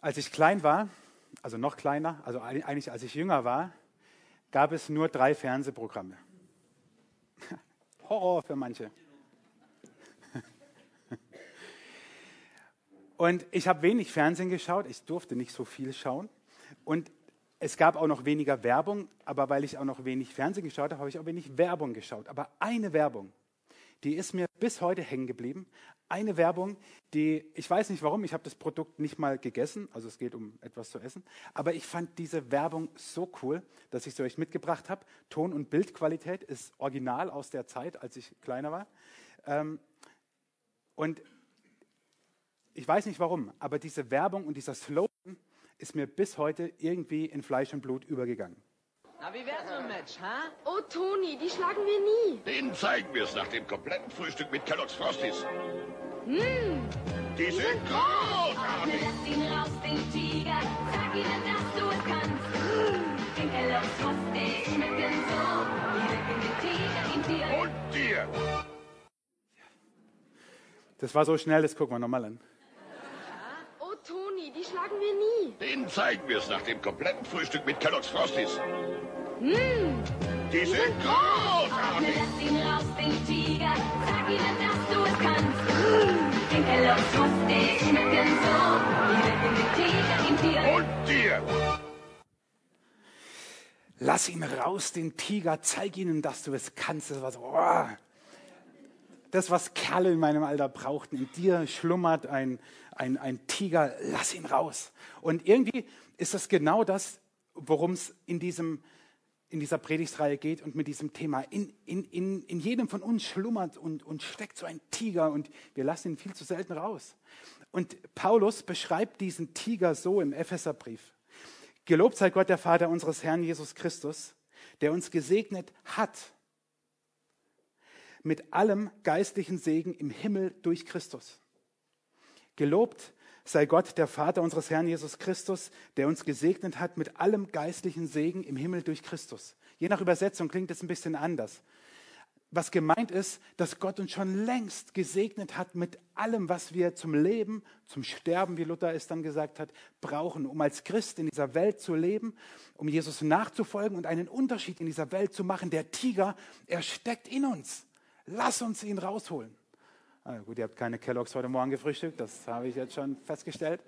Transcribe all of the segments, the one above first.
Als ich klein war, also noch kleiner, also eigentlich als ich jünger war, gab es nur 3 Fernsehprogramme. Horror für manche. Und ich habe wenig Fernsehen geschaut, ich durfte nicht so viel schauen. Und es gab auch noch weniger Werbung, aber weil ich auch noch wenig Fernsehen geschaut habe, habe ich auch wenig Werbung geschaut. Aber eine Werbung, die ist mir bis heute hängen geblieben. Eine Werbung, die, ich weiß nicht warum, ich habe das Produkt nicht mal gegessen, also es geht um etwas zu essen, aber ich fand diese Werbung so cool, dass ich sie euch mitgebracht habe. Ton- und Bildqualität ist original aus der Zeit, als ich kleiner war. Und ich weiß nicht warum, aber diese Werbung und dieser Slogan ist mir bis heute irgendwie in Fleisch und Blut übergegangen. Na, wie wär's mit dem Match, ha? Oh, Toni, die schlagen wir nie. Denen zeigen wir es nach dem kompletten Frühstück mit Kellogg's Frosties. Die sind großartig. Lass ihn raus, den Tiger. Sag ihnen, dass du es kannst. Den Kellogg's Frosties schmecken so. Die wecken den Tiger in dir. Und dir. Das war so schnell, das gucken wir nochmal an. Oh, Toni, die schlagen wir nie. Denen zeigen wir es nach dem kompletten Frühstück mit Kellogg's Frosties. Die sind großartig. Lass ihn raus, den Tiger. Sag ihnen, dass du es kannst. Den Kellogg's Frosties schmecken so. Die wecken den Tiger in dir. Und dir. Lass ihn raus, den Tiger, zeig ihnen, dass du es kannst. Das war so, oh. Das, was Kerle in meinem Alter brauchten. In dir schlummert ein Tiger, lass ihn raus. Und irgendwie ist das genau das, worum es in dieser Predigtreihe geht und mit diesem Thema. In jedem von uns schlummert und steckt so ein Tiger und wir lassen ihn viel zu selten raus. Und Paulus beschreibt diesen Tiger so im Epheserbrief. Gelobt sei Gott, der Vater unseres Herrn Jesus Christus, der uns gesegnet hat mit allem geistlichen Segen im Himmel durch Christus. Gelobt sei Gott, der Vater unseres Herrn Jesus Christus, der uns gesegnet hat mit allem geistlichen Segen im Himmel durch Christus. Je nach Übersetzung klingt es ein bisschen anders. Was gemeint ist, dass Gott uns schon längst gesegnet hat mit allem, was wir zum Leben, zum Sterben, wie Luther es dann gesagt hat, brauchen, um als Christ in dieser Welt zu leben, um Jesus nachzufolgen und einen Unterschied in dieser Welt zu machen. Der Tiger, er steckt in uns. Lass uns ihn rausholen. Ah, gut, ihr habt keine Kellogg's heute Morgen gefrühstückt, das habe ich jetzt schon festgestellt.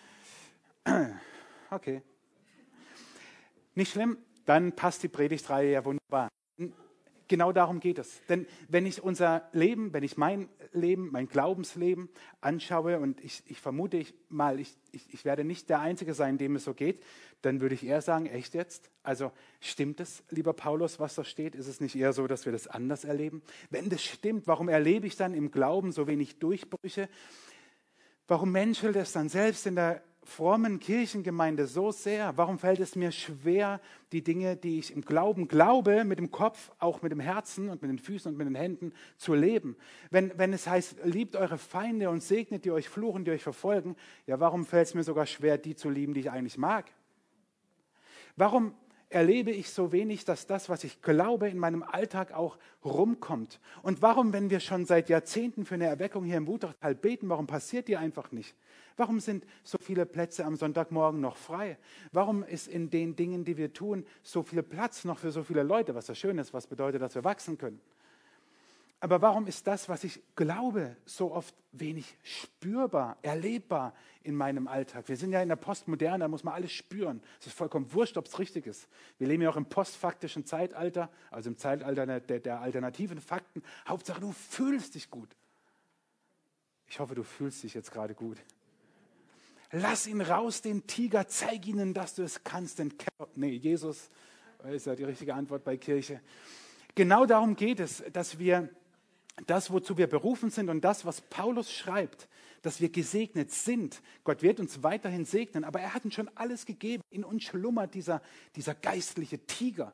Okay. Nicht schlimm, dann passt die Predigtreihe ja wunderbar. Genau darum geht es. Denn wenn ich unser Leben, wenn ich mein Leben, mein Glaubensleben anschaue und ich vermute ich werde nicht der Einzige sein, dem es so geht, dann würde ich eher sagen, echt jetzt? Also stimmt es, lieber Paulus, was da steht? Ist es nicht eher so, dass wir das anders erleben? Wenn das stimmt, warum erlebe ich dann im Glauben so wenig Durchbrüche? Warum menschelt es dann selbst in der frommen Kirchengemeinde so sehr? Warum fällt es mir schwer, die Dinge, die ich im Glauben glaube, mit dem Kopf, auch mit dem Herzen und mit den Füßen und mit den Händen zu leben? Wenn es heißt, liebt eure Feinde und segnet die euch fluchen, die euch verfolgen, ja, warum fällt es mir sogar schwer, die zu lieben, die ich eigentlich mag? Warum erlebe ich so wenig, dass das, was ich glaube, in meinem Alltag auch rumkommt? Und warum, wenn wir schon seit Jahrzehnten für eine Erweckung hier im Wutachtal beten, warum passiert die einfach nicht? Warum sind so viele Plätze am Sonntagmorgen noch frei? Warum ist in den Dingen, die wir tun, so viel Platz noch für so viele Leute, was das schön ist, was bedeutet, dass wir wachsen können? Aber warum ist das, was ich glaube, so oft wenig spürbar, erlebbar in meinem Alltag? Wir sind ja in der Postmoderne, da muss man alles spüren. Es ist vollkommen wurscht, ob es richtig ist. Wir leben ja auch im postfaktischen Zeitalter, also im Zeitalter der alternativen Fakten. Hauptsache, du fühlst dich gut. Ich hoffe, du fühlst dich jetzt gerade gut. Lass ihn raus, den Tiger, zeig ihnen, dass du es kannst. Jesus ist ja die richtige Antwort bei Kirche. Genau darum geht es, dass wir das, wozu wir berufen sind und das, was Paulus schreibt, dass wir gesegnet sind. Gott wird uns weiterhin segnen, aber er hat uns schon alles gegeben. In uns schlummert dieser geistliche Tiger.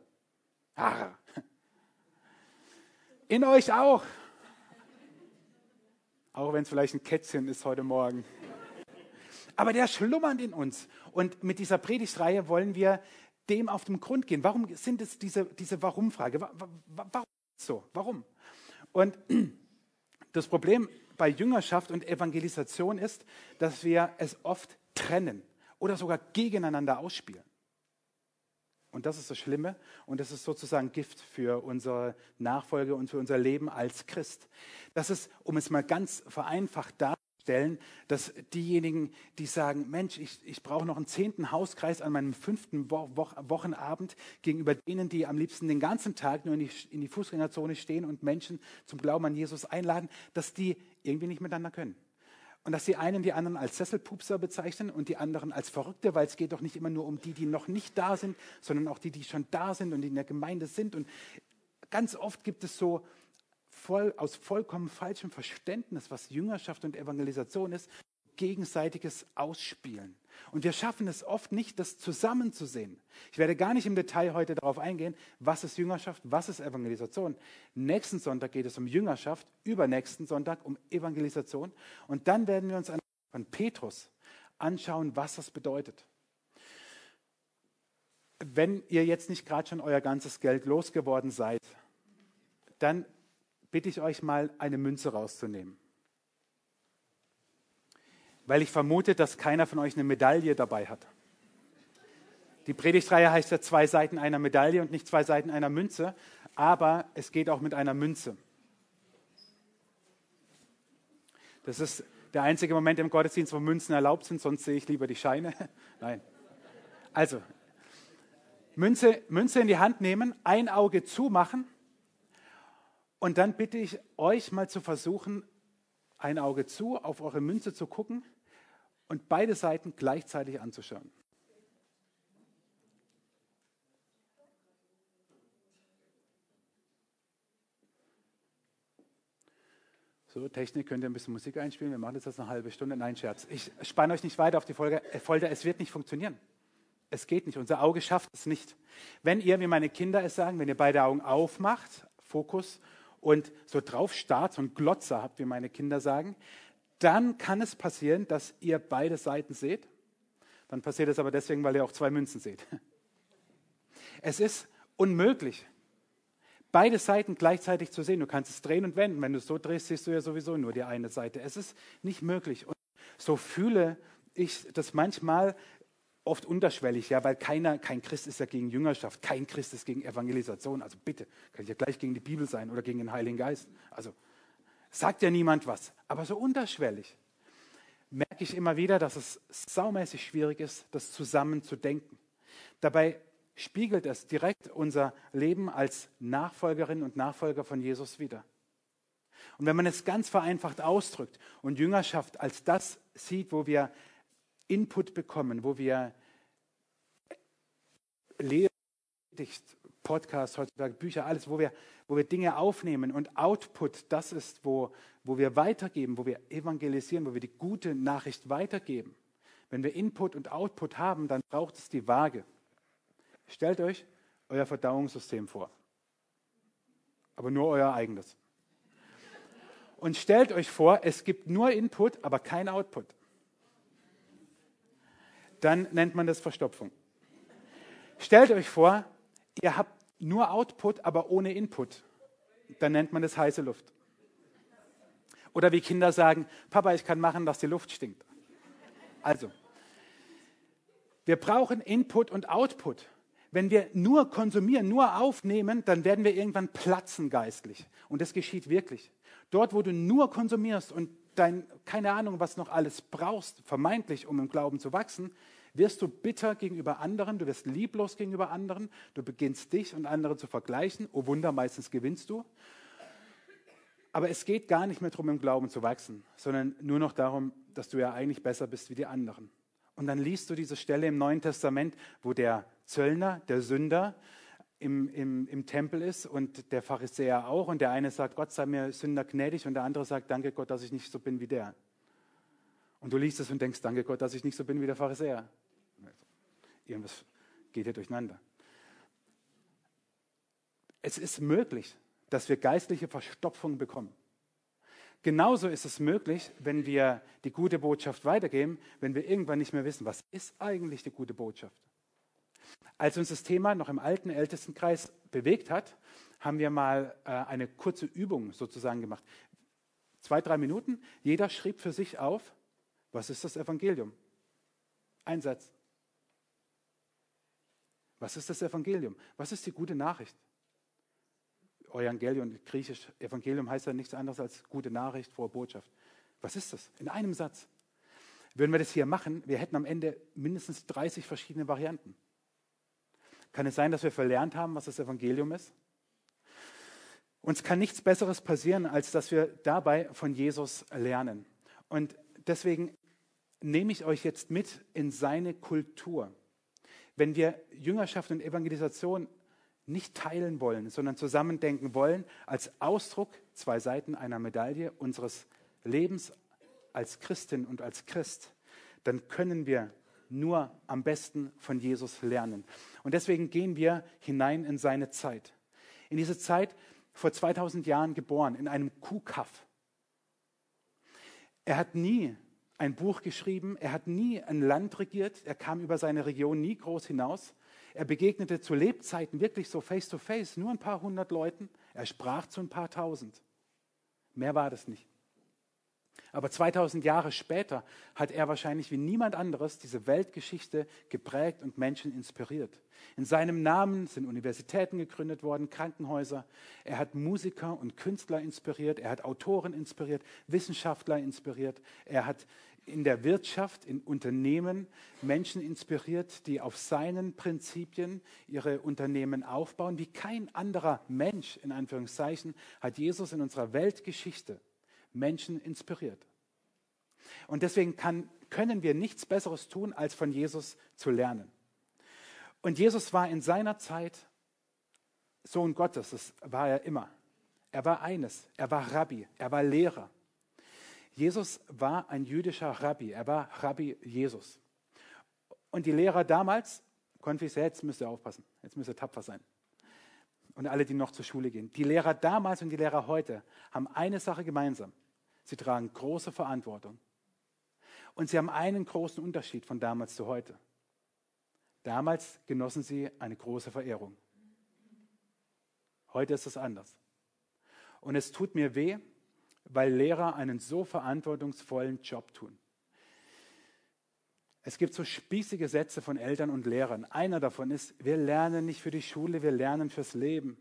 In euch auch. Auch wenn es vielleicht ein Kätzchen ist heute Morgen. Aber der schlummert in uns. Und mit dieser Predigtreihe wollen wir dem auf den Grund gehen. Warum sind es diese Warum-Frage? Warum so? Warum? Und das Problem bei Jüngerschaft und Evangelisation ist, dass wir es oft trennen oder sogar gegeneinander ausspielen. Und das ist das Schlimme und das ist sozusagen Gift für unsere Nachfolge und für unser Leben als Christ. Das ist, um es mal ganz vereinfacht darzustellen, dass diejenigen, die sagen, Mensch, ich brauche noch einen 10. Hauskreis an meinem 5. Wochenabend gegenüber denen, die am liebsten den ganzen Tag nur in die Fußgängerzone stehen und Menschen zum Glauben an Jesus einladen, dass die irgendwie nicht miteinander können. Und dass die einen die anderen als Sesselpupser bezeichnen und die anderen als Verrückte, weil es geht doch nicht immer nur um die, die noch nicht da sind, sondern auch die schon da sind und die in der Gemeinde sind. Und ganz oft gibt es so aus vollkommen falschem Verständnis, was Jüngerschaft und Evangelisation ist, gegenseitiges Ausspielen. Und wir schaffen es oft nicht, das zusammenzusehen. Ich werde gar nicht im Detail heute darauf eingehen, was ist Jüngerschaft, was ist Evangelisation. Nächsten Sonntag geht es um Jüngerschaft, übernächsten Sonntag um Evangelisation. Und dann werden wir uns von Petrus anschauen, was das bedeutet. Wenn ihr jetzt nicht gerade schon euer ganzes Geld losgeworden seid, dann bitte ich euch mal, eine Münze rauszunehmen. Weil ich vermute, dass keiner von euch eine Medaille dabei hat. Die Predigtreihe heißt ja 2 Seiten einer Medaille und nicht 2 Seiten einer Münze, aber es geht auch mit einer Münze. Das ist der einzige Moment im Gottesdienst, wo Münzen erlaubt sind, sonst sehe ich lieber die Scheine. Nein. Also, Münze in die Hand nehmen, ein Auge zumachen und dann bitte ich euch mal zu versuchen, ein Auge zu, auf eure Münze zu gucken und beide Seiten gleichzeitig anzuschauen. So, Technik, könnt ihr ein bisschen Musik einspielen? Wir machen das jetzt eine halbe Stunde. Nein, Scherz. Ich spanne euch nicht weiter auf die Folter. Es wird nicht funktionieren. Es geht nicht. Unser Auge schafft es nicht. Wenn ihr, wie meine Kinder es sagen, wenn ihr beide Augen aufmacht, Fokus, und so drauf starrt, so einen Glotzer habt, wie meine Kinder sagen, dann kann es passieren, dass ihr beide Seiten seht. Dann passiert es aber deswegen, weil ihr auch 2 Münzen seht. Es ist unmöglich, beide Seiten gleichzeitig zu sehen. Du kannst es drehen und wenden. Wenn du es so drehst, siehst du ja sowieso nur die eine Seite. Es ist nicht möglich. Und so fühle ich das manchmal oft unterschwellig, ja, weil kein Christ ist ja gegen Jüngerschaft, kein Christ ist gegen Evangelisation. Also bitte, kann ich ja gleich gegen die Bibel sein oder gegen den Heiligen Geist. Also sagt ja niemand was. Aber so unterschwellig merke ich immer wieder, dass es saumäßig schwierig ist, das zusammen zu denken. Dabei spiegelt es direkt unser Leben als Nachfolgerinnen und Nachfolger von Jesus wider. Und wenn man es ganz vereinfacht ausdrückt und Jüngerschaft als das sieht, wo wir Input bekommen, wo wir Lehre, Podcasts, heutzutage Bücher, alles, wo wir Dinge aufnehmen und Output, das ist, wo wir weitergeben, wo wir evangelisieren, wo wir die gute Nachricht weitergeben. Wenn wir Input und Output haben, dann braucht es die Waage. Stellt euch euer Verdauungssystem vor, aber nur euer eigenes. Und stellt euch vor, es gibt nur Input, aber kein Output. Dann nennt man das Verstopfung. Stellt euch vor, ihr habt nur Output, aber ohne Input. Dann nennt man das heiße Luft. Oder wie Kinder sagen, Papa, ich kann machen, dass die Luft stinkt. Also, wir brauchen Input und Output. Wenn wir nur konsumieren, nur aufnehmen, dann werden wir irgendwann platzen geistlich. Und das geschieht wirklich. Dort, wo du nur konsumierst und keine Ahnung, was noch alles brauchst, vermeintlich, um im Glauben zu wachsen, wirst du bitter gegenüber anderen, du wirst lieblos gegenüber anderen, du beginnst dich und andere zu vergleichen. Oh Wunder, meistens gewinnst du. Aber es geht gar nicht mehr darum, im Glauben zu wachsen, sondern nur noch darum, dass du ja eigentlich besser bist wie die anderen. Und dann liest du diese Stelle im Neuen Testament, wo der Zöllner, der Sünder im Tempel ist und der Pharisäer auch. Und der eine sagt, Gott sei mir Sünder gnädig, und der andere sagt, danke Gott, dass ich nicht so bin wie der. Und du liest es und denkst, danke Gott, dass ich nicht so bin wie der Pharisäer. Irgendwas geht hier durcheinander. Es ist möglich, dass wir geistliche Verstopfung bekommen. Genauso ist es möglich, wenn wir die gute Botschaft weitergeben, wenn wir irgendwann nicht mehr wissen, was ist eigentlich die gute Botschaft. Als uns das Thema noch im alten Ältestenkreis bewegt hat, haben wir mal eine kurze Übung sozusagen gemacht. 2-3 Minuten, jeder schrieb für sich auf, was ist das Evangelium? Ein Satz. Was ist das Evangelium? Was ist die gute Nachricht? Evangelium, griechisch, Evangelium heißt ja nichts anderes als gute Nachricht, frohe Botschaft. Was ist das? In einem Satz. Würden wir das hier machen, wir hätten am Ende mindestens 30 verschiedene Varianten. Kann es sein, dass wir verlernt haben, was das Evangelium ist? Uns kann nichts Besseres passieren, als dass wir dabei von Jesus lernen. Und deswegen nehme ich euch jetzt mit in seine Kultur. Wenn wir Jüngerschaft und Evangelisation nicht teilen wollen, sondern zusammendenken wollen, als Ausdruck, 2 Seiten einer Medaille unseres Lebens als Christin und als Christ, dann können wir nur am besten von Jesus lernen. Und deswegen gehen wir hinein in seine Zeit. In diese Zeit, vor 2000 Jahren geboren, in einem Kuhkaff. Er hat nie ein Buch geschrieben, er hat nie ein Land regiert, er kam über seine Region nie groß hinaus. Er begegnete zu Lebzeiten wirklich so face to face, nur ein paar hundert Leuten. Er sprach zu ein paar tausend. Mehr war das nicht. Aber 2000 Jahre später hat er wahrscheinlich wie niemand anderes diese Weltgeschichte geprägt und Menschen inspiriert. In seinem Namen sind Universitäten gegründet worden, Krankenhäuser. Er hat Musiker und Künstler inspiriert, er hat Autoren inspiriert, Wissenschaftler inspiriert. Er hat in der Wirtschaft, in Unternehmen Menschen inspiriert, die auf seinen Prinzipien ihre Unternehmen aufbauen. Wie kein anderer Mensch, in Anführungszeichen, hat Jesus in unserer Weltgeschichte Menschen inspiriert. Und deswegen können wir nichts Besseres tun, als von Jesus zu lernen. Und Jesus war in seiner Zeit Sohn Gottes, das war er immer. Er war eines, er war Rabbi, er war Lehrer. Jesus war ein jüdischer Rabbi, er war Rabbi Jesus. Und die Lehrer damals, Konfis, jetzt müsst ihr aufpassen, jetzt müsst ihr tapfer sein. Und alle, die noch zur Schule gehen. Die Lehrer damals und die Lehrer heute haben eine Sache gemeinsam. Sie tragen große Verantwortung. Und sie haben einen großen Unterschied von damals zu heute. Damals genossen sie eine große Verehrung. Heute ist es anders. Und es tut mir weh, weil Lehrer einen so verantwortungsvollen Job tun. Es gibt so spießige Sätze von Eltern und Lehrern. Einer davon ist, wir lernen nicht für die Schule, wir lernen fürs Leben.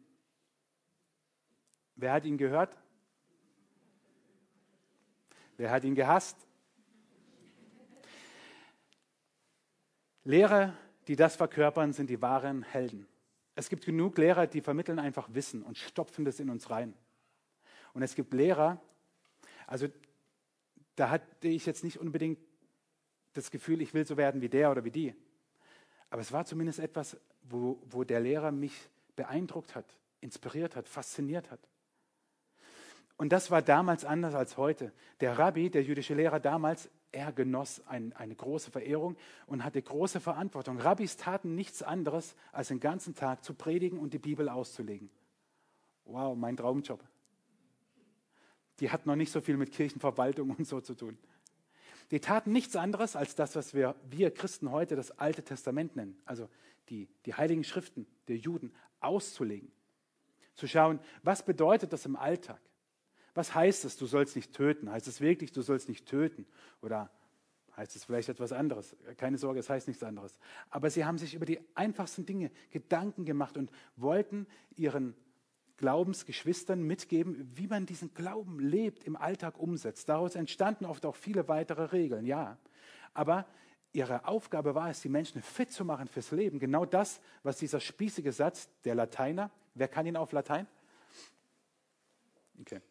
Wer hat ihn gehört? Wer hat ihn gehasst? Lehrer, die das verkörpern, sind die wahren Helden. Es gibt genug Lehrer, die vermitteln einfach Wissen und stopfen das in uns rein. Und es gibt Lehrer, also da hatte ich jetzt nicht unbedingt das Gefühl, ich will so werden wie der oder wie die. Aber es war zumindest etwas, wo der Lehrer mich beeindruckt hat, inspiriert hat, fasziniert hat. Und das war damals anders als heute. Der Rabbi, der jüdische Lehrer damals, er genoss eine große Verehrung und hatte große Verantwortung. Rabbis taten nichts anderes, als den ganzen Tag zu predigen und die Bibel auszulegen. Wow, mein Traumjob. Die hatten noch nicht so viel mit Kirchenverwaltung und so zu tun. Die taten nichts anderes, als das, was wir Christen heute das Alte Testament nennen. Also die Heiligen Schriften der Juden auszulegen. Zu schauen, was bedeutet das im Alltag? Was heißt es, du sollst nicht töten? Heißt es wirklich, du sollst nicht töten? Oder heißt es vielleicht etwas anderes? Keine Sorge, es heißt nichts anderes. Aber sie haben sich über die einfachsten Dinge Gedanken gemacht und wollten ihren Glaubensgeschwistern mitgeben, wie man diesen Glauben lebt, im Alltag umsetzt. Daraus entstanden oft auch viele weitere Regeln, ja. Aber ihre Aufgabe war es, die Menschen fit zu machen fürs Leben. Genau das, was dieser spießige Satz der Lateiner, wer kann ihn auf Latein? Okay.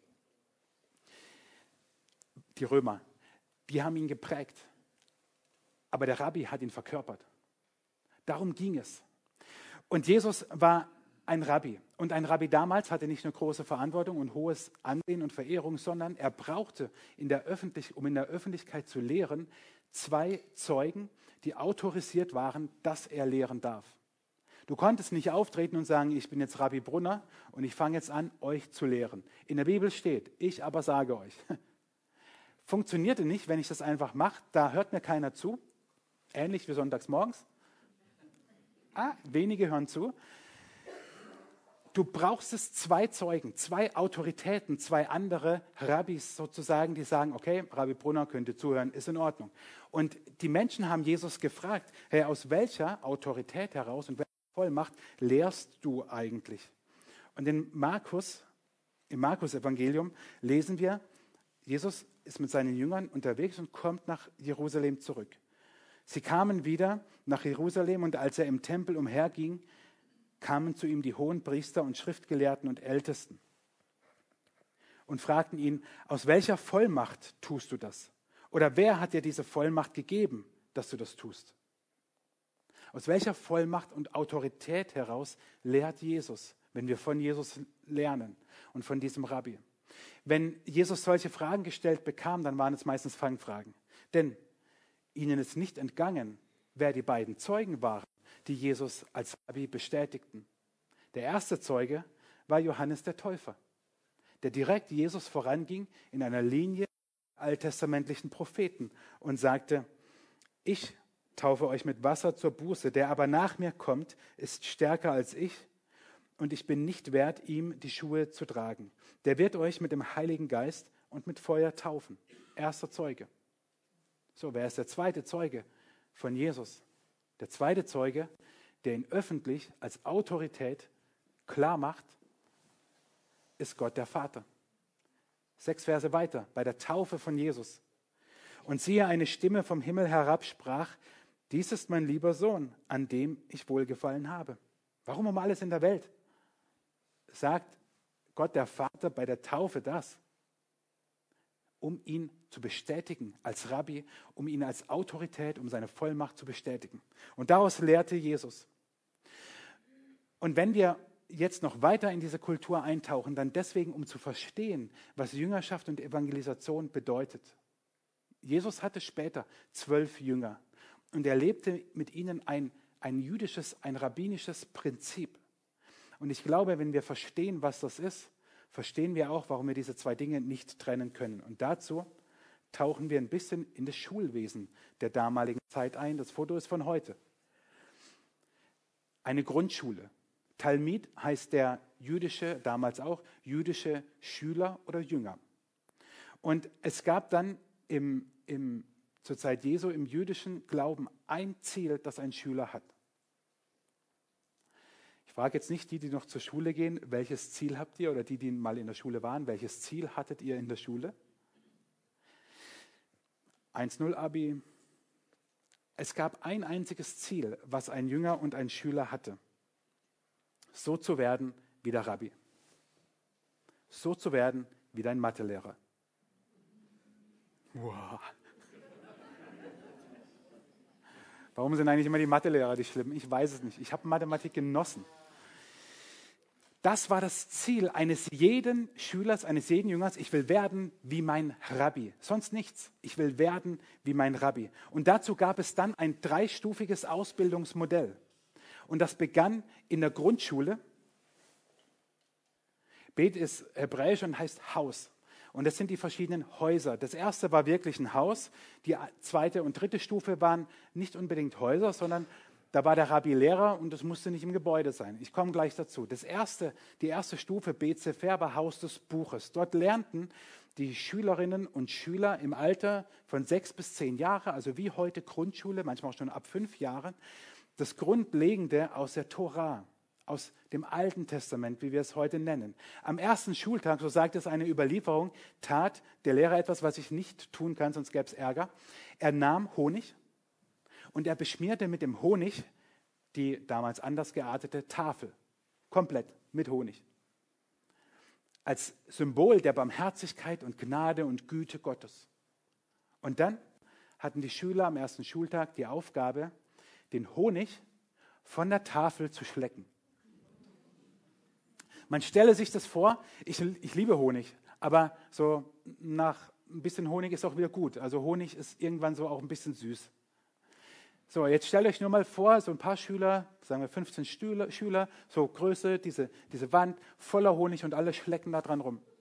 Die Römer, die haben ihn geprägt. Aber der Rabbi hat ihn verkörpert. Darum ging es. Und Jesus war ein Rabbi. Und ein Rabbi damals hatte nicht nur große Verantwortung und hohes Ansehen und Verehrung, sondern er brauchte, um in der Öffentlichkeit zu lehren, 2 Zeugen, die autorisiert waren, dass er lehren darf. Du konntest nicht auftreten und sagen, ich bin jetzt Rabbi Brunner und ich fange jetzt an, euch zu lehren. In der Bibel steht, ich aber sage euch. Funktionierte nicht, wenn ich das einfach mache, da hört mir keiner zu. Ähnlich wie sonntags morgens. Wenige hören zu. du brauchst es 2 Zeugen, 2 Autoritäten, 2 andere Rabbis sozusagen, die sagen, okay, Rabbi Brunner könnte zuhören, ist in Ordnung. Und die Menschen haben Jesus gefragt, hey, aus welcher Autorität heraus und welcher Vollmacht lehrst du eigentlich? Und im Markus-Evangelium lesen wir, Jesus ist mit seinen Jüngern unterwegs und kommt nach Jerusalem zurück. Sie kamen wieder nach Jerusalem und als er im Tempel umherging, kamen zu ihm die Hohenpriester und Schriftgelehrten und Ältesten und fragten ihn, aus welcher Vollmacht tust du das? Oder wer hat dir diese Vollmacht gegeben, dass du das tust? Aus welcher Vollmacht und Autorität heraus lehrt Jesus, wenn wir von Jesus lernen und von diesem Rabbi? Wenn Jesus solche Fragen gestellt bekam, dann waren es meistens Fangfragen. Denn ihnen ist nicht entgangen, wer die beiden Zeugen waren, die Jesus als Rabbi bestätigten. Der erste Zeuge war Johannes der Täufer, der direkt Jesus voranging in einer Linie alttestamentlichen Propheten und sagte, ich taufe euch mit Wasser zur Buße, der aber nach mir kommt, ist stärker als ich und ich bin nicht wert, ihm die Schuhe zu tragen. Der wird euch mit dem Heiligen Geist und mit Feuer taufen. Erster Zeuge. So, wer ist der zweite Zeuge von Jesus? Der zweite Zeuge, der ihn öffentlich als Autorität klar macht, ist Gott der Vater. 6 Verse weiter, bei der Taufe von Jesus. Und siehe, eine Stimme vom Himmel herab sprach, dies ist mein lieber Sohn, an dem ich wohlgefallen habe. Warum um alles in der Welt sagt Gott der Vater bei der Taufe das? Um ihn zu bestätigen als Rabbi, um ihn als Autorität, um seine Vollmacht zu bestätigen. Und daraus lehrte Jesus. Und wenn wir jetzt noch weiter in diese Kultur eintauchen, dann deswegen, um zu verstehen, was Jüngerschaft und Evangelisation bedeutet. Jesus hatte später 12 Jünger und er lebte mit ihnen ein rabbinisches Prinzip. Und ich glaube, wenn wir verstehen, was das ist, verstehen wir auch, warum wir diese 2 Dinge nicht trennen können. Und dazu tauchen wir ein bisschen in das Schulwesen der damaligen Zeit ein. Das Foto ist von heute. Eine Grundschule. Talmid heißt der jüdische, damals auch, jüdische Schüler oder Jünger. Und es gab dann zur Zeit Jesu im jüdischen Glauben ein Ziel, das ein Schüler hat. Ich frage jetzt nicht die noch zur Schule gehen, welches Ziel habt ihr, oder die mal in der Schule waren, welches Ziel hattet ihr in der Schule? 1-0 Abi. Es gab ein einziges Ziel, was ein Jünger und ein Schüler hatte. So zu werden wie der Rabbi. So zu werden wie dein Mathelehrer. Wow. Warum sind eigentlich immer die Mathelehrer die schlimmen? Ich weiß es nicht. Ich habe Mathematik genossen. Das war das Ziel eines jeden Schülers, eines jeden Jüngers. Ich will werden wie mein Rabbi. Sonst nichts. Ich will werden wie mein Rabbi. Und dazu gab es dann ein 3-stufiges Ausbildungsmodell. Und das begann in der Grundschule. Bet ist hebräisch und heißt Haus. Und das sind die verschiedenen Häuser. Das erste war wirklich ein Haus. Die 2. und 3. Stufe waren nicht unbedingt Häuser, sondern da war der Rabbi Lehrer und das musste nicht im Gebäude sein. Ich komme gleich dazu. Die erste Stufe, Bet Sefer, war Haus des Buches. Dort lernten die Schülerinnen und Schüler im Alter von 6 bis 10 Jahre, also wie heute Grundschule, manchmal auch schon ab 5 Jahren, das Grundlegende aus der Tora, aus dem Alten Testament, wie wir es heute nennen. Am ersten Schultag, so sagt es eine Überlieferung, tat der Lehrer etwas, was ich nicht tun kann, sonst gäbe es Ärger. Er nahm Honig und er beschmierte mit dem Honig die damals anders geartete Tafel. Komplett mit Honig. Als Symbol der Barmherzigkeit und Gnade und Güte Gottes. Und dann hatten die Schüler am ersten Schultag die Aufgabe, den Honig von der Tafel zu schlecken. Man stelle sich das vor, ich liebe Honig, aber so nach ein bisschen Honig ist auch wieder gut. Also Honig ist irgendwann so auch ein bisschen süß. So, jetzt stellt euch nur mal vor, so ein paar Schüler, sagen wir 15 Schüler, so Größe, diese Wand voller Honig und alle schlecken da dran rum.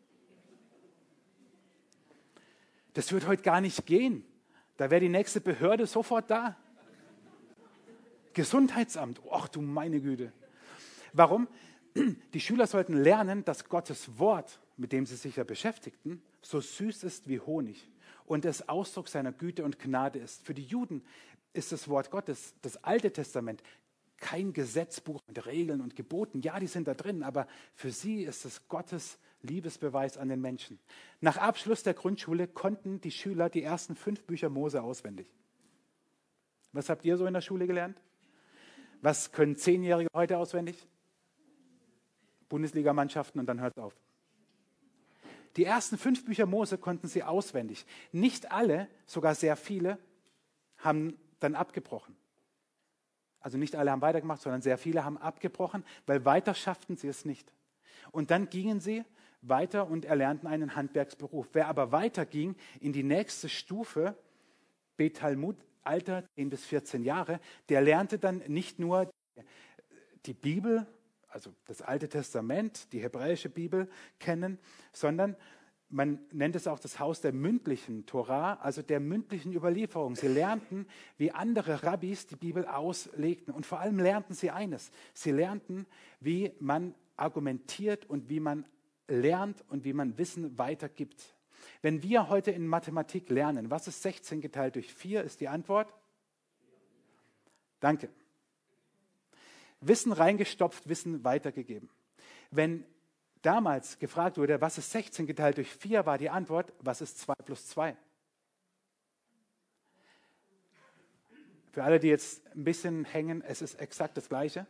Das wird heute gar nicht gehen. Da wäre die nächste Behörde sofort da. Gesundheitsamt, ach du meine Güte. Warum? die Schüler sollten lernen, dass Gottes Wort, mit dem sie sich ja beschäftigten, so süß ist wie Honig und es Ausdruck seiner Güte und Gnade ist. Für die Juden ist das Wort Gottes, das Alte Testament, kein Gesetzbuch mit Regeln und Geboten. Ja, die sind da drin, aber für sie ist es Gottes Liebesbeweis an den Menschen. Nach Abschluss der Grundschule konnten die Schüler die ersten 5 Bücher Mose auswendig. Was habt ihr so in der Schule gelernt? Was können 10-Jährige heute auswendig? Bundesligamannschaften und dann hört es auf. Die ersten 5 Bücher Mose konnten sie auswendig. Nicht alle, sogar sehr viele, haben dann abgebrochen. Also nicht alle haben weitergemacht, sondern sehr viele haben abgebrochen, weil weiter schafften sie es nicht. Und dann gingen sie weiter und erlernten einen Handwerksberuf. Wer aber weiterging in die nächste Stufe, Bet-Talmud, Alter 10 bis 14 Jahre, der lernte dann nicht nur die Bibel, also das Alte Testament, die hebräische Bibel kennen, sondern man nennt es auch das Haus der mündlichen Torah, also der mündlichen Überlieferung. Sie lernten, wie andere Rabbis die Bibel auslegten. Und vor allem lernten sie eines. Sie lernten, wie man argumentiert und wie man lernt und wie man Wissen weitergibt. Wenn wir heute in Mathematik lernen, was ist 16 geteilt durch 4, ist die Antwort? Danke. Wissen reingestopft, Wissen weitergegeben. Wenn damals gefragt wurde, was ist 16 geteilt durch 4, war die Antwort, was ist 2 plus 2? Für alle, die jetzt ein bisschen hängen, es ist exakt das Gleiche.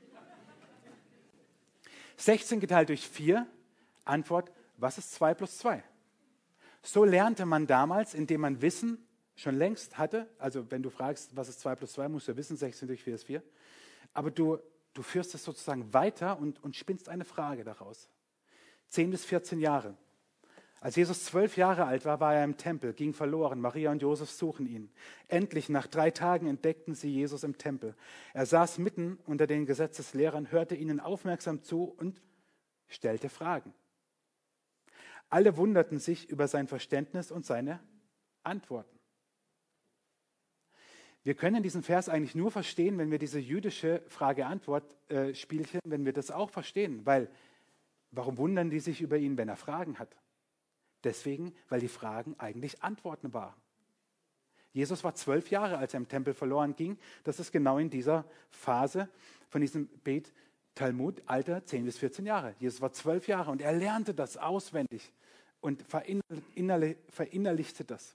16 geteilt durch 4, Antwort, was ist 2 plus 2? So lernte man damals, indem man Wissen schon längst hatte. Also wenn du fragst, was ist 2 plus 2, musst du wissen, 16 durch 4 ist 4. Aber du führst es sozusagen weiter und spinnst eine Frage daraus. 10 bis 14 Jahre. Als Jesus 12 Jahre alt war, war er im Tempel, ging verloren. Maria und Josef suchen ihn. Endlich, nach 3 Tagen, entdeckten sie Jesus im Tempel. Er saß mitten unter den Gesetzeslehrern, hörte ihnen aufmerksam zu und stellte Fragen. Alle wunderten sich über sein Verständnis und seine Antworten. Wir können diesen Vers eigentlich nur verstehen, wenn wir diese jüdische Frage-Antwort-Spielchen, wenn wir das auch verstehen. Weil, warum wundern die sich über ihn, wenn er Fragen hat? Deswegen, weil die Fragen eigentlich Antworten waren. Jesus war 12 Jahre, als er im Tempel verloren ging. Das ist genau in dieser Phase von diesem Bet-Talmud, Alter 10 bis 14 Jahre. Jesus war 12 Jahre und er lernte das auswendig und verinnerlichte das.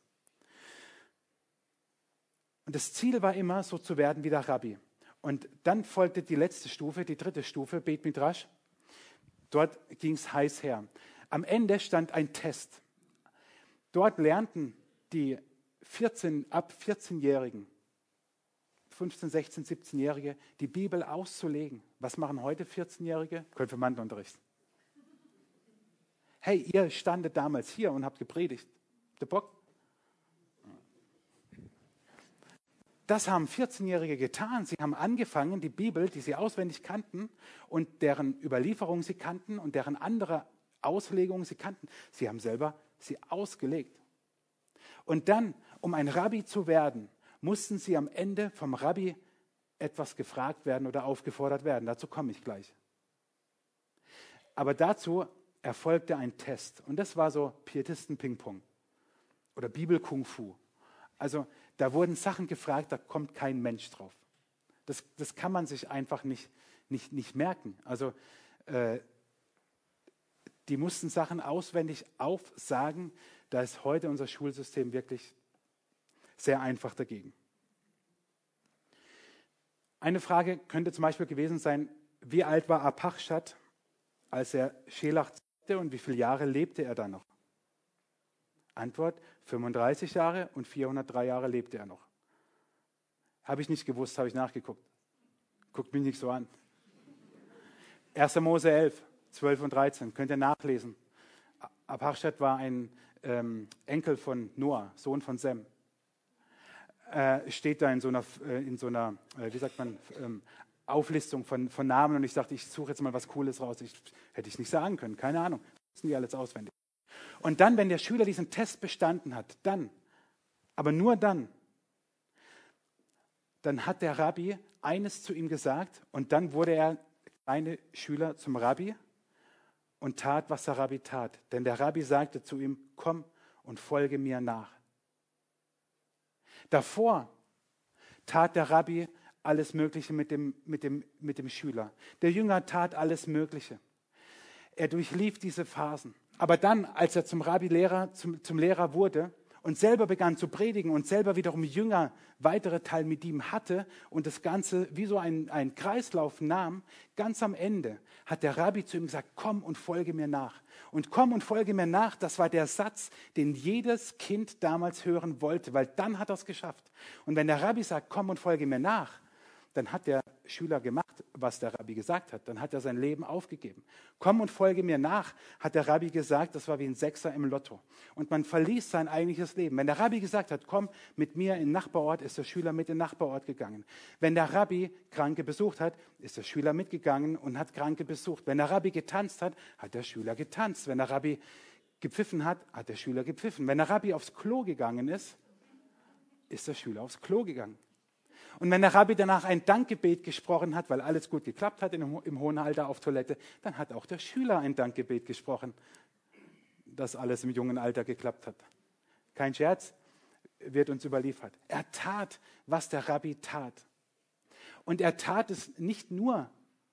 Und das Ziel war immer, so zu werden wie der Rabbi. Und dann folgte die letzte Stufe, die 3. Stufe, Bet Midrash. Dort ging es heiß her. Am Ende stand ein Test. Dort lernten die ab 14-Jährigen, 15, 16, 17-Jährige, die Bibel auszulegen. Was machen heute 14-Jährige? Konfirmandenunterricht. Hey, ihr standet damals hier und habt gepredigt. Der Bock? Das haben 14-Jährige getan. Sie haben angefangen, die Bibel, die sie auswendig kannten und deren Überlieferung sie kannten und deren andere Auslegungen sie kannten, sie haben selber sie ausgelegt. Und dann, um ein Rabbi zu werden, mussten sie am Ende vom Rabbi etwas gefragt werden oder aufgefordert werden. Dazu komme ich gleich. Aber dazu erfolgte ein Test. Und das war so Pietisten-Ping-Pong oder Bibel-Kung-Fu. Also da wurden Sachen gefragt, da kommt kein Mensch drauf. Das kann man sich einfach nicht merken. Also die mussten Sachen auswendig aufsagen. Da ist heute unser Schulsystem wirklich sehr einfach dagegen. Eine Frage könnte zum Beispiel gewesen sein, wie alt war Arpachshad, als er Schelach zeigte und wie viele Jahre lebte er dann noch? Antwort, 35 Jahre und 403 Jahre lebte er noch. Habe ich nicht gewusst, habe ich nachgeguckt. Guckt mich nicht so an. 1. Mose 11, 12 und 13, könnt ihr nachlesen. Arpachshad war ein Enkel von Noah, Sohn von Sem. Steht da in so einer wie sagt man, Auflistung von Namen und ich dachte, ich suche jetzt mal was Cooles raus. Hätte ich nicht sagen können, keine Ahnung. Das wissen die alles auswendig. Und dann, wenn der Schüler diesen Test bestanden hat, aber nur dann hat der Rabbi eines zu ihm gesagt und dann wurde er seine Schüler zum Rabbi und tat, was der Rabbi tat. Denn der Rabbi sagte zu ihm, komm und folge mir nach. Davor tat der Rabbi alles Mögliche mit dem Schüler. Der Jünger tat alles Mögliche. Er durchlief diese Phasen. Aber dann, als er zum Rabbi-Lehrer, zum Lehrer wurde und selber begann zu predigen und selber wiederum Jünger, weitere Talmidim hatte und das Ganze wie so ein Kreislauf nahm, ganz am Ende hat der Rabbi zu ihm gesagt, komm und folge mir nach. Und komm und folge mir nach, das war der Satz, den jedes Kind damals hören wollte, weil dann hat er es geschafft. Und wenn der Rabbi sagt, komm und folge mir nach, dann hat der Schüler gemacht, was der Rabbi gesagt hat. Dann hat er sein Leben aufgegeben. Komm und folge mir nach, hat der Rabbi gesagt, das war wie ein Sechser im Lotto. Und man verließ sein eigentliches Leben. Wenn der Rabbi gesagt hat, komm mit mir in den Nachbarort, ist der Schüler mit in den Nachbarort gegangen. Wenn der Rabbi Kranke besucht hat, ist der Schüler mitgegangen und hat Kranke besucht. Wenn der Rabbi getanzt hat, hat der Schüler getanzt. Wenn der Rabbi gepfiffen hat, hat der Schüler gepfiffen. Wenn der Rabbi aufs Klo gegangen ist, ist der Schüler aufs Klo gegangen. Und wenn der Rabbi danach ein Dankgebet gesprochen hat, weil alles gut geklappt hat im hohen Alter auf Toilette, dann hat auch der Schüler ein Dankgebet gesprochen, dass alles im jungen Alter geklappt hat. Kein Scherz, wird uns überliefert. Er tat, was der Rabbi tat. Und er tat es nicht nur,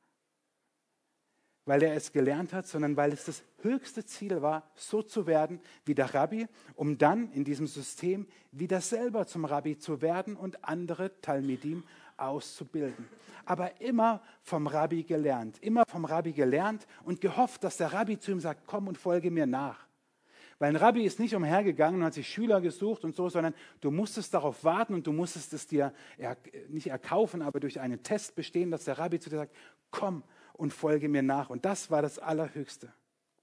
weil er es gelernt hat, sondern weil es das höchste Ziel war, so zu werden wie der Rabbi, um dann in diesem System wieder selber zum Rabbi zu werden und andere Talmidim auszubilden. Aber immer vom Rabbi gelernt und gehofft, dass der Rabbi zu ihm sagt, komm und folge mir nach. Weil ein Rabbi ist nicht umhergegangen und hat sich Schüler gesucht und so, sondern du musstest darauf warten und du musstest es dir nicht erkaufen, aber durch einen Test bestehen, dass der Rabbi zu dir sagt, komm und folge mir nach. Und das war das Allerhöchste.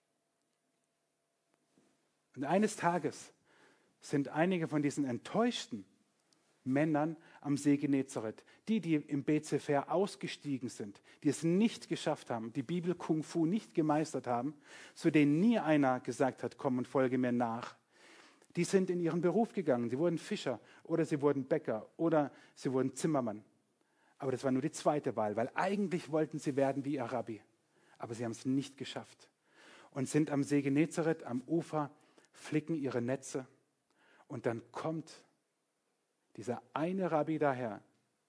Und eines Tages sind einige von diesen enttäuschten Männern am See Genezareth, die im BC-Fair ausgestiegen sind, die es nicht geschafft haben, die Bibel Kung Fu nicht gemeistert haben, zu denen nie einer gesagt hat, komm und folge mir nach. Die sind in ihren Beruf gegangen. Sie wurden Fischer oder sie wurden Bäcker oder sie wurden Zimmermann. Aber das war nur die zweite Wahl, weil eigentlich wollten sie werden wie ihr Rabbi. Aber sie haben es nicht geschafft und sind am See Genezareth, am Ufer, flicken ihre Netze und dann kommt dieser eine Rabbi daher,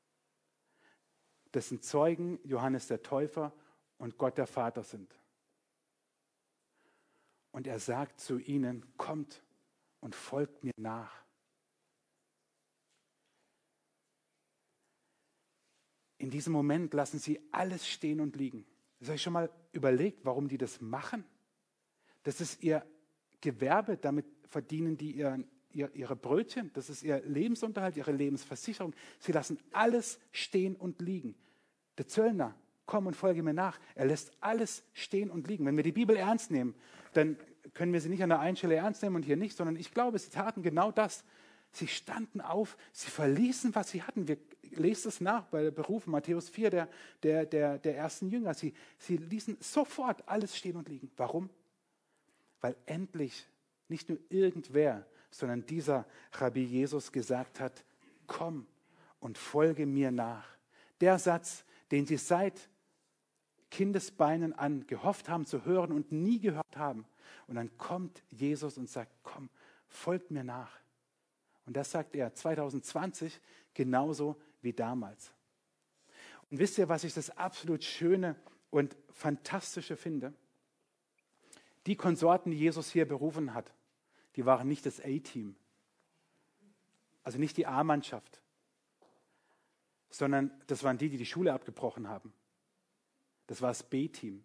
dessen Zeugen Johannes der Täufer und Gott der Vater sind. Und er sagt zu ihnen, kommt und folgt mir nach. In diesem Moment lassen sie alles stehen und liegen. Habt ihr euch schon mal überlegt, warum die das machen? Das ist ihr Gewerbe, damit verdienen die ihre Brötchen, das ist ihr Lebensunterhalt, ihre Lebensversicherung. Sie lassen alles stehen und liegen. Der Zöllner, komm und folge mir nach. Er lässt alles stehen und liegen. Wenn wir die Bibel ernst nehmen, dann können wir sie nicht an der einen Stelle ernst nehmen und hier nicht, sondern ich glaube, sie taten genau das. Sie standen auf, sie verließen, was sie hatten. Wir lesen es nach bei der Berufung, Matthäus 4, der ersten Jünger. Sie ließen sofort alles stehen und liegen. Warum? Weil endlich nicht nur irgendwer, sondern dieser Rabbi Jesus gesagt hat, komm und folge mir nach. Der Satz, den sie seit Kindesbeinen an gehofft haben zu hören und nie gehört haben. Und dann kommt Jesus und sagt, komm, folgt mir nach. Und das sagt er 2020 genauso wie damals. Und wisst ihr, was ich das absolut Schöne und Fantastische finde? Die Konsorten, die Jesus hier berufen hat, die waren nicht das A-Team, also nicht die A-Mannschaft, sondern das waren die Schule abgebrochen haben. Das war das B-Team.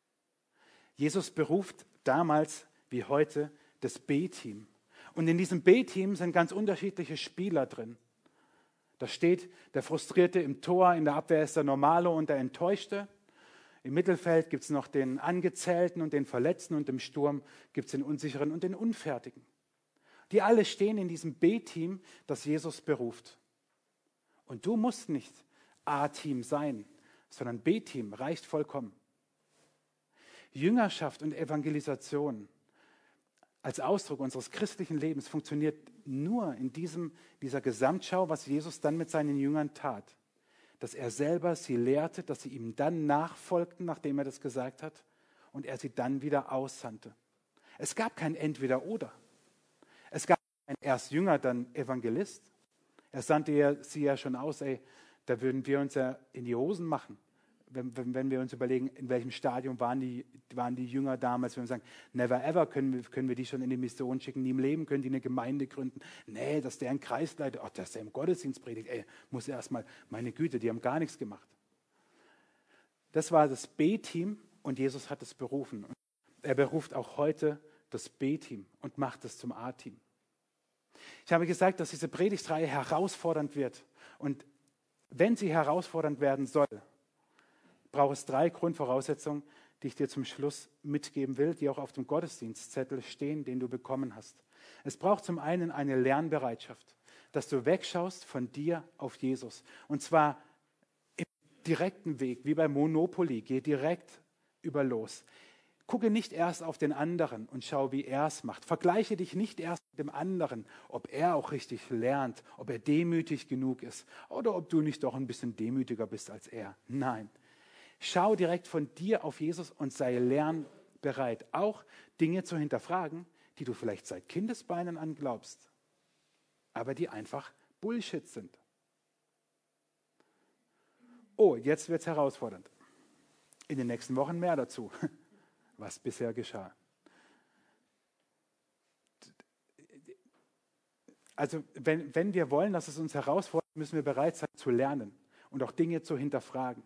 Jesus beruft damals wie heute das B-Team. Und in diesem B-Team sind ganz unterschiedliche Spieler drin. Da steht der Frustrierte im Tor, in der Abwehr ist der Normale und der Enttäuschte. Im Mittelfeld gibt es noch den Angezählten und den Verletzten und im Sturm gibt es den Unsicheren und den Unfertigen. Die alle stehen in diesem B-Team, das Jesus beruft. Und du musst nicht A-Team sein, sondern B-Team reicht vollkommen. Jüngerschaft und Evangelisation als Ausdruck unseres christlichen Lebens funktioniert nur in dieser Gesamtschau, was Jesus dann mit seinen Jüngern tat. dass er selber sie lehrte, dass sie ihm dann nachfolgten, nachdem er das gesagt hat, und er sie dann wieder aussandte. Es gab kein Entweder-Oder. Es gab kein erst Jünger, dann Evangelist. Er sandte sie ja schon aus, da würden wir uns ja in die Hosen machen, wenn wir uns überlegen, in welchem Stadium waren die Jünger damals, wenn wir sagen, never ever können wir die schon in die Mission schicken, nie im Leben können die eine Gemeinde gründen. Nee, dass der einen Kreis leitet, dass der im Gottesdienst predigt, muss erstmal, meine Güte, die haben gar nichts gemacht. Das war das B-Team und Jesus hat es berufen. Er beruft auch heute das B-Team und macht es zum A-Team. Ich habe gesagt, dass diese Predigtreihe herausfordernd wird. Und wenn sie herausfordernd werden soll, braucht es 3 Grundvoraussetzungen, die ich dir zum Schluss mitgeben will, die auch auf dem Gottesdienstzettel stehen, den du bekommen hast. Es braucht zum einen eine Lernbereitschaft, dass du wegschaust von dir auf Jesus. Und zwar im direkten Weg, wie bei Monopoly. Geh direkt über los. Gucke nicht erst auf den anderen und schau, wie er es macht. Vergleiche dich nicht erst mit dem anderen, ob er auch richtig lernt, ob er demütig genug ist oder ob du nicht doch ein bisschen demütiger bist als er. Nein. Schau direkt von dir auf Jesus und sei lernbereit, auch Dinge zu hinterfragen, die du vielleicht seit Kindesbeinen an glaubst, aber die einfach Bullshit sind. Oh, jetzt wird es herausfordernd. In den nächsten Wochen mehr dazu, was bisher geschah. Also wenn wir wollen, dass es uns herausfordert, müssen wir bereit sein zu lernen und auch Dinge zu hinterfragen.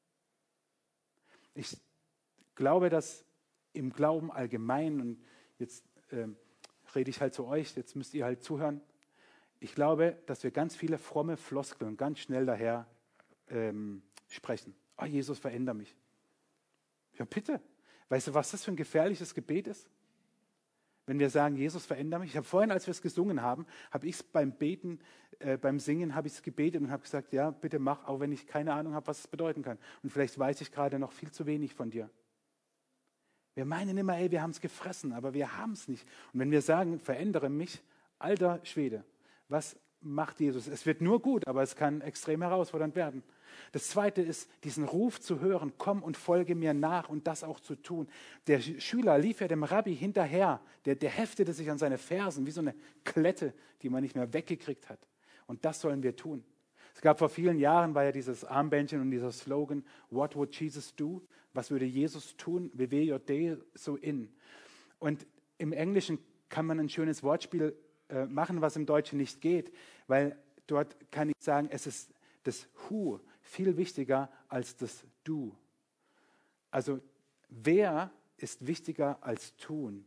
Ich glaube, dass im Glauben allgemein, und jetzt rede ich halt zu euch, jetzt müsst ihr halt zuhören, ich glaube, dass wir ganz viele fromme Floskeln ganz schnell daher sprechen. Oh, Jesus, veränder mich. Ja, bitte. Weißt du, was das für ein gefährliches Gebet ist? Wenn wir sagen, Jesus, veränder mich. Ich habe vorhin, als wir es gesungen haben, habe ich es beim Beten, beim Singen, habe ich es gebetet und habe gesagt, ja, bitte mach, auch wenn ich keine Ahnung habe, was es bedeuten kann. Und vielleicht weiß ich gerade noch viel zu wenig von dir. Wir meinen immer, wir haben es gefressen, aber wir haben es nicht. Und wenn wir sagen, verändere mich, alter Schwede, was macht Jesus? Es wird nur gut, aber es kann extrem herausfordernd werden. Das Zweite ist, diesen Ruf zu hören, komm und folge mir nach und das auch zu tun. Der Schüler lief ja dem Rabbi hinterher, der heftete sich an seine Fersen, wie so eine Klette, die man nicht mehr weggekriegt hat. Und das sollen wir tun. Es gab vor vielen Jahren, war ja dieses Armbändchen und dieser Slogan, What would Jesus do? Was würde Jesus tun? We wear your day so in. Und im Englischen kann man ein schönes Wortspiel machen, was im Deutschen nicht geht, weil dort kann ich sagen, es ist das Who viel wichtiger als das Du. Also wer ist wichtiger als tun?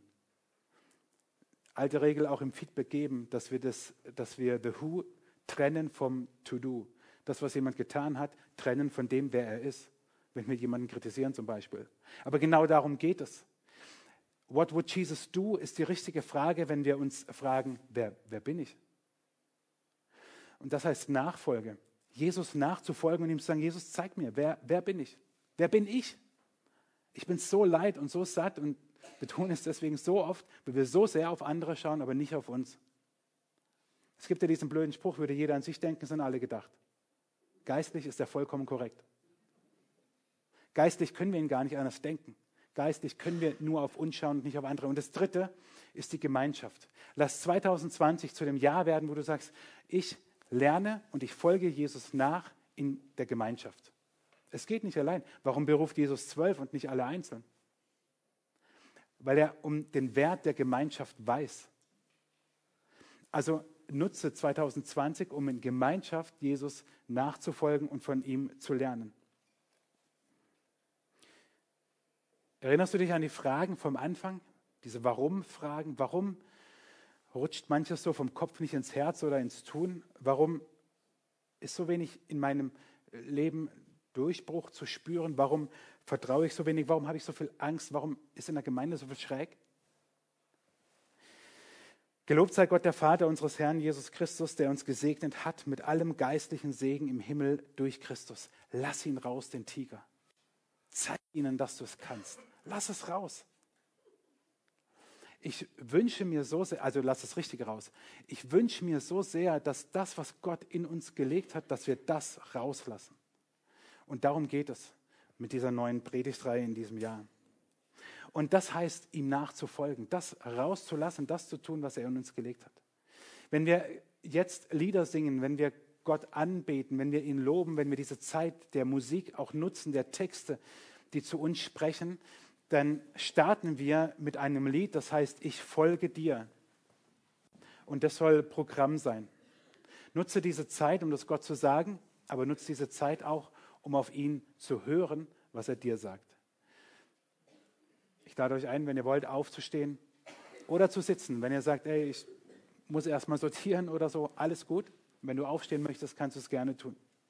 Alte Regel auch im Feedback geben, dass wir the Who trennen vom To-Do. Das, was jemand getan hat, trennen von dem, wer er ist. Wenn wir jemanden kritisieren zum Beispiel. Aber genau darum geht es. What would Jesus do, ist die richtige Frage, wenn wir uns fragen, wer bin ich? Und das heißt Nachfolge. Jesus nachzufolgen und ihm zu sagen, Jesus, zeig mir, wer bin ich? Wer bin ich? Ich bin so leid und so satt und betone es deswegen so oft, weil wir so sehr auf andere schauen, aber nicht auf uns. Es gibt ja diesen blöden Spruch, würde jeder an sich denken, sind alle gedacht. Geistlich ist er vollkommen korrekt. Geistlich können wir ihn gar nicht anders denken. Geistlich können wir nur auf uns schauen und nicht auf andere. Und das Dritte ist die Gemeinschaft. Lass 2020 zu dem Jahr werden, wo du sagst, ich lerne und ich folge Jesus nach in der Gemeinschaft. Es geht nicht allein. Warum beruft Jesus 12 und nicht alle einzeln? Weil er um den Wert der Gemeinschaft weiß. Also nutze 2020, um in Gemeinschaft Jesus nachzufolgen und von ihm zu lernen. Erinnerst du dich an die Fragen vom Anfang? Diese Warum-Fragen. Warum rutscht manches so vom Kopf nicht ins Herz oder ins Tun? Warum ist so wenig in meinem Leben Durchbruch zu spüren? Warum vertraue ich so wenig? Warum habe ich so viel Angst? Warum ist in der Gemeinde so viel schräg? Gelobt sei Gott, der Vater unseres Herrn Jesus Christus, der uns gesegnet hat mit allem geistlichen Segen im Himmel durch Christus. Lass ihn raus, den Tiger. Zeig ihnen, dass du es kannst. Lass es raus. Ich wünsche mir so sehr, also lass das Richtige raus. Ich wünsche mir so sehr, dass das, was Gott in uns gelegt hat, dass wir das rauslassen. Und darum geht es mit dieser neuen Predigtreihe in diesem Jahr. Und das heißt, ihm nachzufolgen, das rauszulassen, das zu tun, was er in uns gelegt hat. Wenn wir jetzt Lieder singen, wenn wir Gott anbeten, wenn wir ihn loben, wenn wir diese Zeit der Musik auch nutzen, der Texte, die zu uns sprechen, dann starten wir mit einem Lied, das heißt, ich folge dir. Und das soll Programm sein. Nutze diese Zeit, um das Gott zu sagen, aber nutze diese Zeit auch, um auf ihn zu hören, was er dir sagt. Ich lade euch ein, wenn ihr wollt, aufzustehen oder zu sitzen. Wenn ihr sagt, ey, ich muss erst mal sortieren oder so, alles gut. Wenn du aufstehen möchtest, kannst du es gerne tun.